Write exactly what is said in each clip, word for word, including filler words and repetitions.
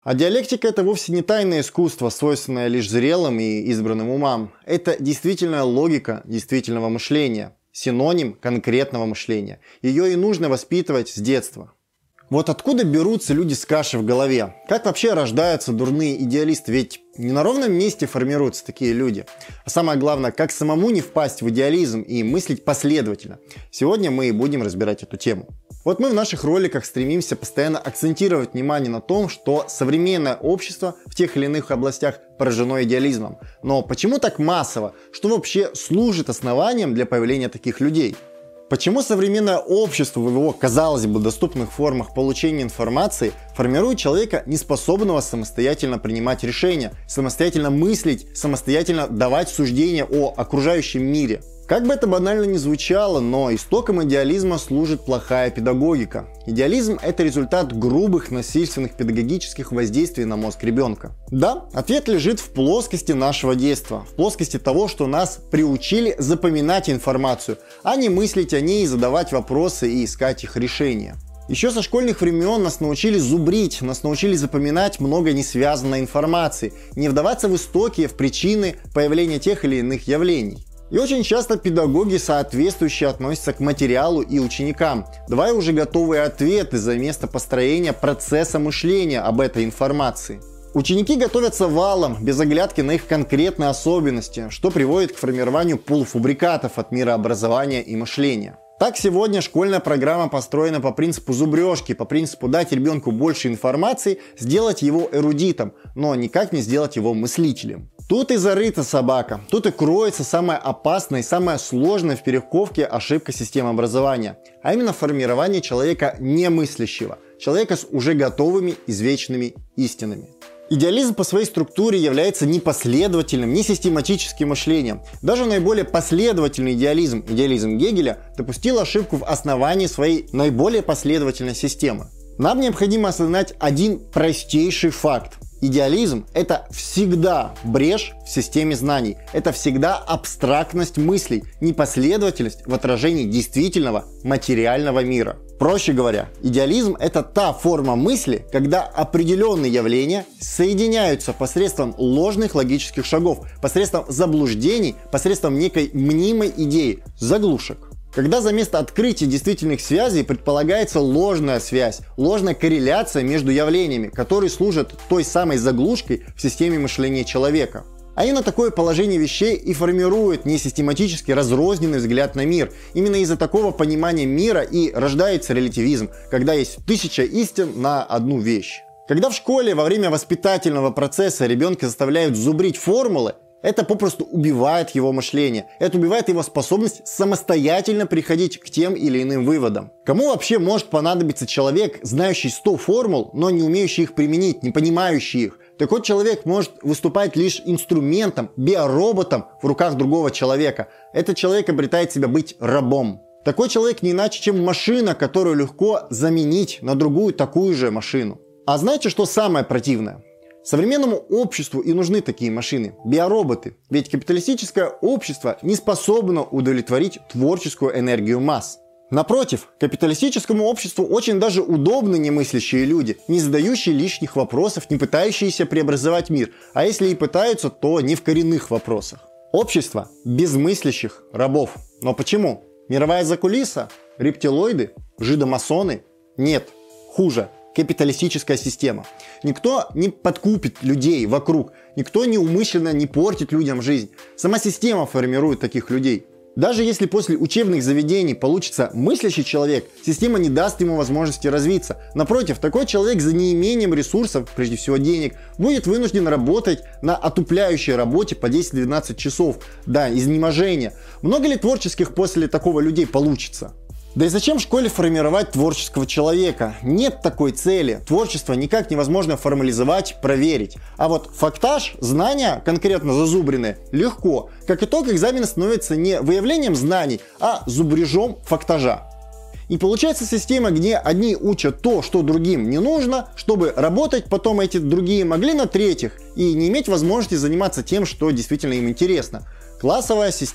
А диалектика – это вовсе не тайное искусство, свойственное лишь зрелым и избранным умам. Это действительно логика действительного мышления, синоним конкретного мышления. Ее и нужно воспитывать с детства. Вот откуда берутся люди с кашей в голове? Как вообще рождаются дурные идеалисты? Ведь не на ровном месте формируются такие люди. А самое главное, как самому не впасть в идеализм и мыслить последовательно. Сегодня мы и будем разбирать эту тему. Вот мы в наших роликах стремимся постоянно акцентировать внимание на том, что современное общество в тех или иных областях поражено идеализмом. Но почему так массово? Что вообще служит основанием для появления таких людей? Почему современное общество в его, казалось бы, доступных формах получения информации формирует человека, неспособного самостоятельно принимать решения, самостоятельно мыслить, самостоятельно давать суждения о окружающем мире? Как бы это банально ни звучало, но истоком идеализма служит плохая педагогика. Идеализм – это результат грубых насильственных педагогических воздействий на мозг ребенка. Да, ответ лежит в плоскости нашего детства, в плоскости того, что нас приучили запоминать информацию, а не мыслить о ней, задавать вопросы и искать их решения. Еще со школьных времен нас научили зубрить, нас научили запоминать много несвязанной информации, не вдаваться в истоки, в причины появления тех или иных явлений. И очень часто педагоги соответствующе относятся к материалу и ученикам, давая уже готовые ответы за место построения процесса мышления об этой информации. Ученики готовятся валом, без оглядки на их конкретные особенности, что приводит к формированию полуфабрикатов от мирообразования и мышления. Так сегодня школьная программа построена по принципу зубрежки, по принципу дать ребенку больше информации, сделать его эрудитом, но никак не сделать его мыслителем. Тут и зарыта собака, тут и кроется самая опасная и самая сложная в перековке ошибка системы образования, а именно формирование человека немыслящего, человека с уже готовыми извечными истинами. Идеализм по своей структуре является непоследовательным, несистематическим мышлением. Даже наиболее последовательный идеализм, идеализм Гегеля, допустил ошибку в основании своей наиболее последовательной системы. Нам необходимо осознать один простейший факт. Идеализм – это всегда брешь в системе знаний, это всегда абстрактность мыслей, непоследовательность в отражении действительного материального мира. Проще говоря, идеализм – это та форма мысли, когда определенные явления соединяются посредством ложных логических шагов, посредством заблуждений, посредством некой мнимой идеи, заглушек. Когда за место открытия действительных связей предполагается ложная связь, ложная корреляция между явлениями, которые служат той самой заглушкой в системе мышления человека. А именно такое положение вещей и формирует несистематически разрозненный взгляд на мир. Именно из-за такого понимания мира и рождается релятивизм, когда есть тысяча истин на одну вещь. Когда в школе во время воспитательного процесса ребенка заставляют зубрить формулы, это попросту убивает его мышление, это убивает его способность самостоятельно приходить к тем или иным выводам. Кому вообще может понадобиться человек, знающий сто формул, но не умеющий их применить, не понимающий их? Такой человек может выступать лишь инструментом, биороботом в руках другого человека. Этот человек обретает себя быть рабом. Такой человек не иначе, чем машина, которую легко заменить на другую такую же машину. А знаете, что самое противное? Современному обществу и нужны такие машины, биороботы, ведь капиталистическое общество не способно удовлетворить творческую энергию масс. Напротив, капиталистическому обществу очень даже удобны немыслящие люди, не задающие лишних вопросов, не пытающиеся преобразовать мир, а если и пытаются, то не в коренных вопросах. Общество безмыслящих рабов. Но почему? Мировая закулиса? Рептилоиды? Жидомасоны? Нет, хуже. Капиталистическая система. Никто не подкупит людей вокруг, никто неумышленно не портит людям жизнь. Сама система формирует таких людей. Даже если после учебных заведений получится мыслящий человек, система не даст ему возможности развиться. Напротив, такой человек за неимением ресурсов, прежде всего денег, будет вынужден работать на отупляющей работе по десять-двенадцать часов. Да, изнеможение. Много ли творческих после такого людей получится? Да и зачем в школе формировать творческого человека? Нет такой цели. Творчество никак невозможно формализовать, проверить. А вот фактаж, знания, конкретно зазубренные, легко. Как итог, экзамен становится не выявлением знаний, а зубрежом фактажа. И получается система, где одни учат то, что другим не нужно, чтобы работать потом эти другие могли на третьих и не иметь возможности заниматься тем, что действительно им интересно. Классовая система.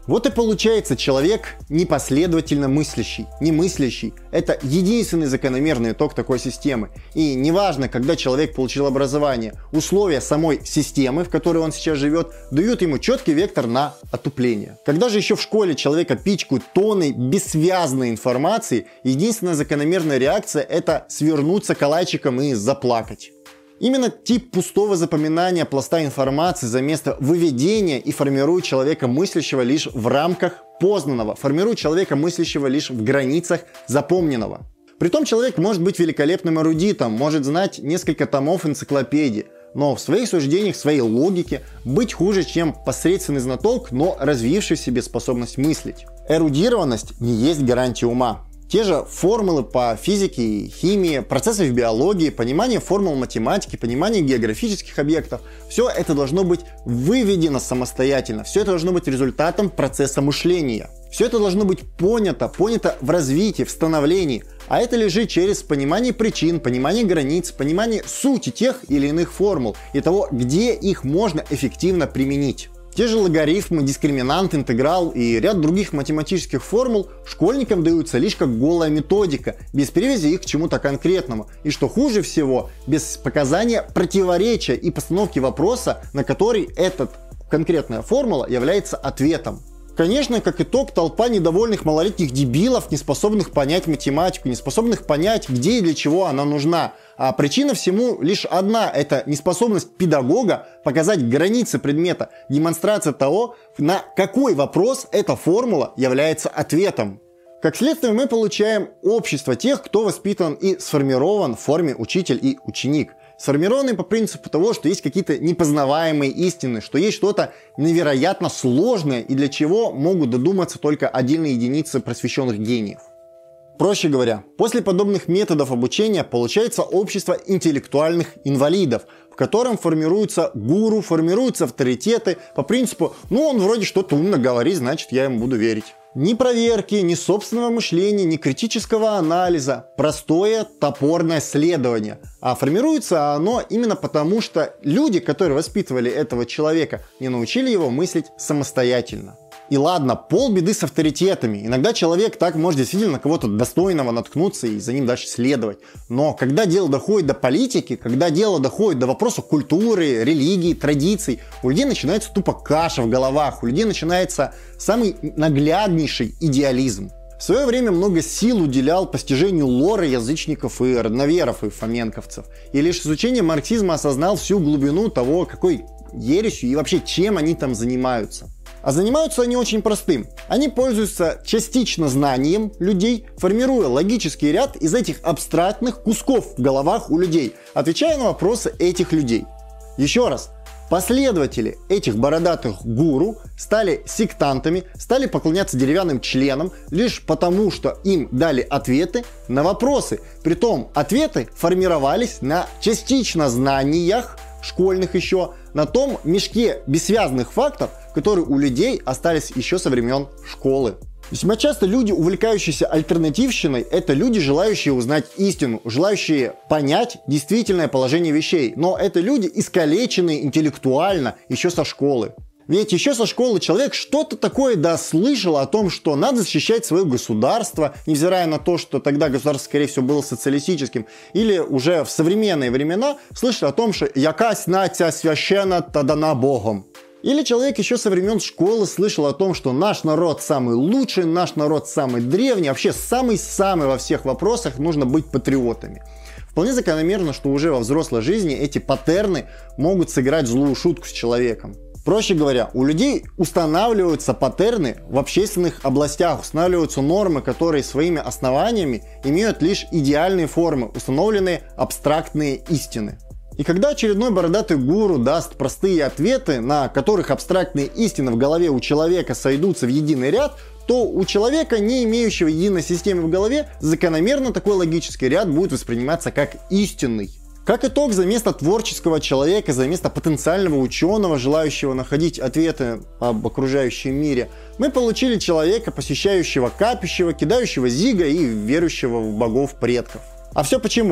Вот и получается человек непоследовательно мыслящий, не мыслящий. Это единственный закономерный итог такой системы. И неважно, когда человек получил образование, условия самой системы, в которой он сейчас живет, дают ему четкий вектор на отупление. Когда же еще в школе человека пичкают тонной бессвязной информации, единственная закономерная реакция — это свернуться калачиком и заплакать. Именно тип пустого запоминания пласта информации за место выведения и формирует человека мыслящего лишь в рамках познанного, формирует человека мыслящего лишь в границах запомненного. Притом человек может быть великолепным эрудитом, может знать несколько томов энциклопедии, но в своих суждениях, в своей логике быть хуже, чем посредственный знаток, но развивший в себе способность мыслить. Эрудированность не есть гарантия ума. Те же формулы по физике и химии, процессы в биологии, понимание формул математики, понимание географических объектов – все это должно быть выведено самостоятельно, все это должно быть результатом процесса мышления. Все это должно быть понято, понято в развитии, в становлении, а это лежит через понимание причин, понимание границ, понимание сути тех или иных формул и того, где их можно эффективно применить. Те же логарифмы, дискриминант, интеграл и ряд других математических формул школьникам даются лишь как голая методика, без привязи их к чему-то конкретному. И что хуже всего, без показания противоречия и постановки вопроса, на который эта конкретная формула является ответом. Конечно, как итог, толпа недовольных малолетних дебилов, не способных понять математику, не способных понять, где и для чего она нужна. А причина всему лишь одна – это неспособность педагога показать границы предмета, демонстрация того, на какой вопрос эта формула является ответом. Как следствие, мы получаем общество тех, кто воспитан и сформирован в форме учитель и ученик. Сформированный по принципу того, что есть какие-то непознаваемые истины, что есть что-то невероятно сложное и для чего могут додуматься только отдельные единицы просвещенных гениев. Проще говоря, после подобных методов обучения получается общество интеллектуальных инвалидов, в котором формируются гуру, формируются авторитеты по принципу «ну он вроде что-то умно говорит, значит я ему буду верить». Ни проверки, ни собственного мышления, ни критического анализа. Простое топорное следование. А формируется оно именно потому, что люди, которые воспитывали этого человека, не научили его мыслить самостоятельно. И ладно, полбеды с авторитетами. Иногда человек так может действительно на кого-то достойного наткнуться и за ним дальше следовать. Но когда дело доходит до политики, когда дело доходит до вопроса культуры, религии, традиций, у людей начинается тупо каша в головах, у людей начинается самый нагляднейший идеализм. В свое время много сил уделял постижению лора язычников и родноверов и фоменковцев. И лишь изучение марксизма осознал всю глубину того, какой ересью и вообще чем они там занимаются. А занимаются они очень простым. Они пользуются частично знанием людей, формируя логический ряд из этих абстрактных кусков в головах у людей, отвечая на вопросы этих людей. Еще раз. Последователи этих бородатых гуру стали сектантами, стали поклоняться деревянным членам лишь потому, что им дали ответы на вопросы. Притом ответы формировались на частично знаниях, школьных еще, на том мешке бессвязных фактов, которые у людей остались еще со времен школы. Весьма часто люди, увлекающиеся альтернативщиной, это люди, желающие узнать истину, желающие понять действительное положение вещей. Но это люди, искалеченные интеллектуально еще со школы. Ведь еще со школы человек что-то такое дослышал о том, что надо защищать свое государство, невзирая на то, что тогда государство, скорее всего, было социалистическим. Или уже в современные времена слышал о том, что «якась нація священна та дана Богом». Или человек еще со времен школы слышал о том, что наш народ самый лучший, наш народ самый древний, вообще самый-самый во всех вопросах, нужно быть патриотами. Вполне закономерно, что уже во взрослой жизни эти паттерны могут сыграть злую шутку с человеком. Проще говоря, у людей устанавливаются паттерны в общественных областях, устанавливаются нормы, которые своими основаниями имеют лишь идеальные формы, установленные абстрактные истины. И когда очередной бородатый гуру даст простые ответы, на которых абстрактные истины в голове у человека сойдутся в единый ряд, то у человека, не имеющего единой системы в голове, закономерно такой логический ряд будет восприниматься как истинный. Как итог, за место творческого человека, за место потенциального ученого, желающего находить ответы об окружающем мире, мы получили человека, посещающего капищево, кидающего зига и верующего в богов предков. А все почему?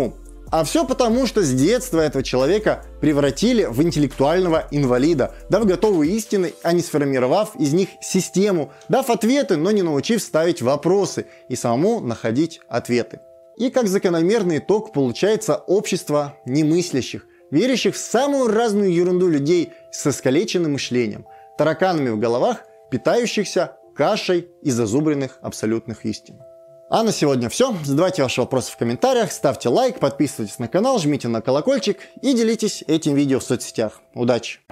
А все потому, что с детства этого человека превратили в интеллектуального инвалида, дав готовые истины, а не сформировав из них систему, дав ответы, но не научив ставить вопросы и самому находить ответы. И как закономерный итог получается общество немыслящих, верящих в самую разную ерунду людей с искалеченным мышлением, тараканами в головах, питающихся кашей из зазубренных абсолютных истин. А на сегодня все. Задавайте ваши вопросы в комментариях, ставьте лайк, подписывайтесь на канал, жмите на колокольчик и делитесь этим видео в соцсетях. Удачи!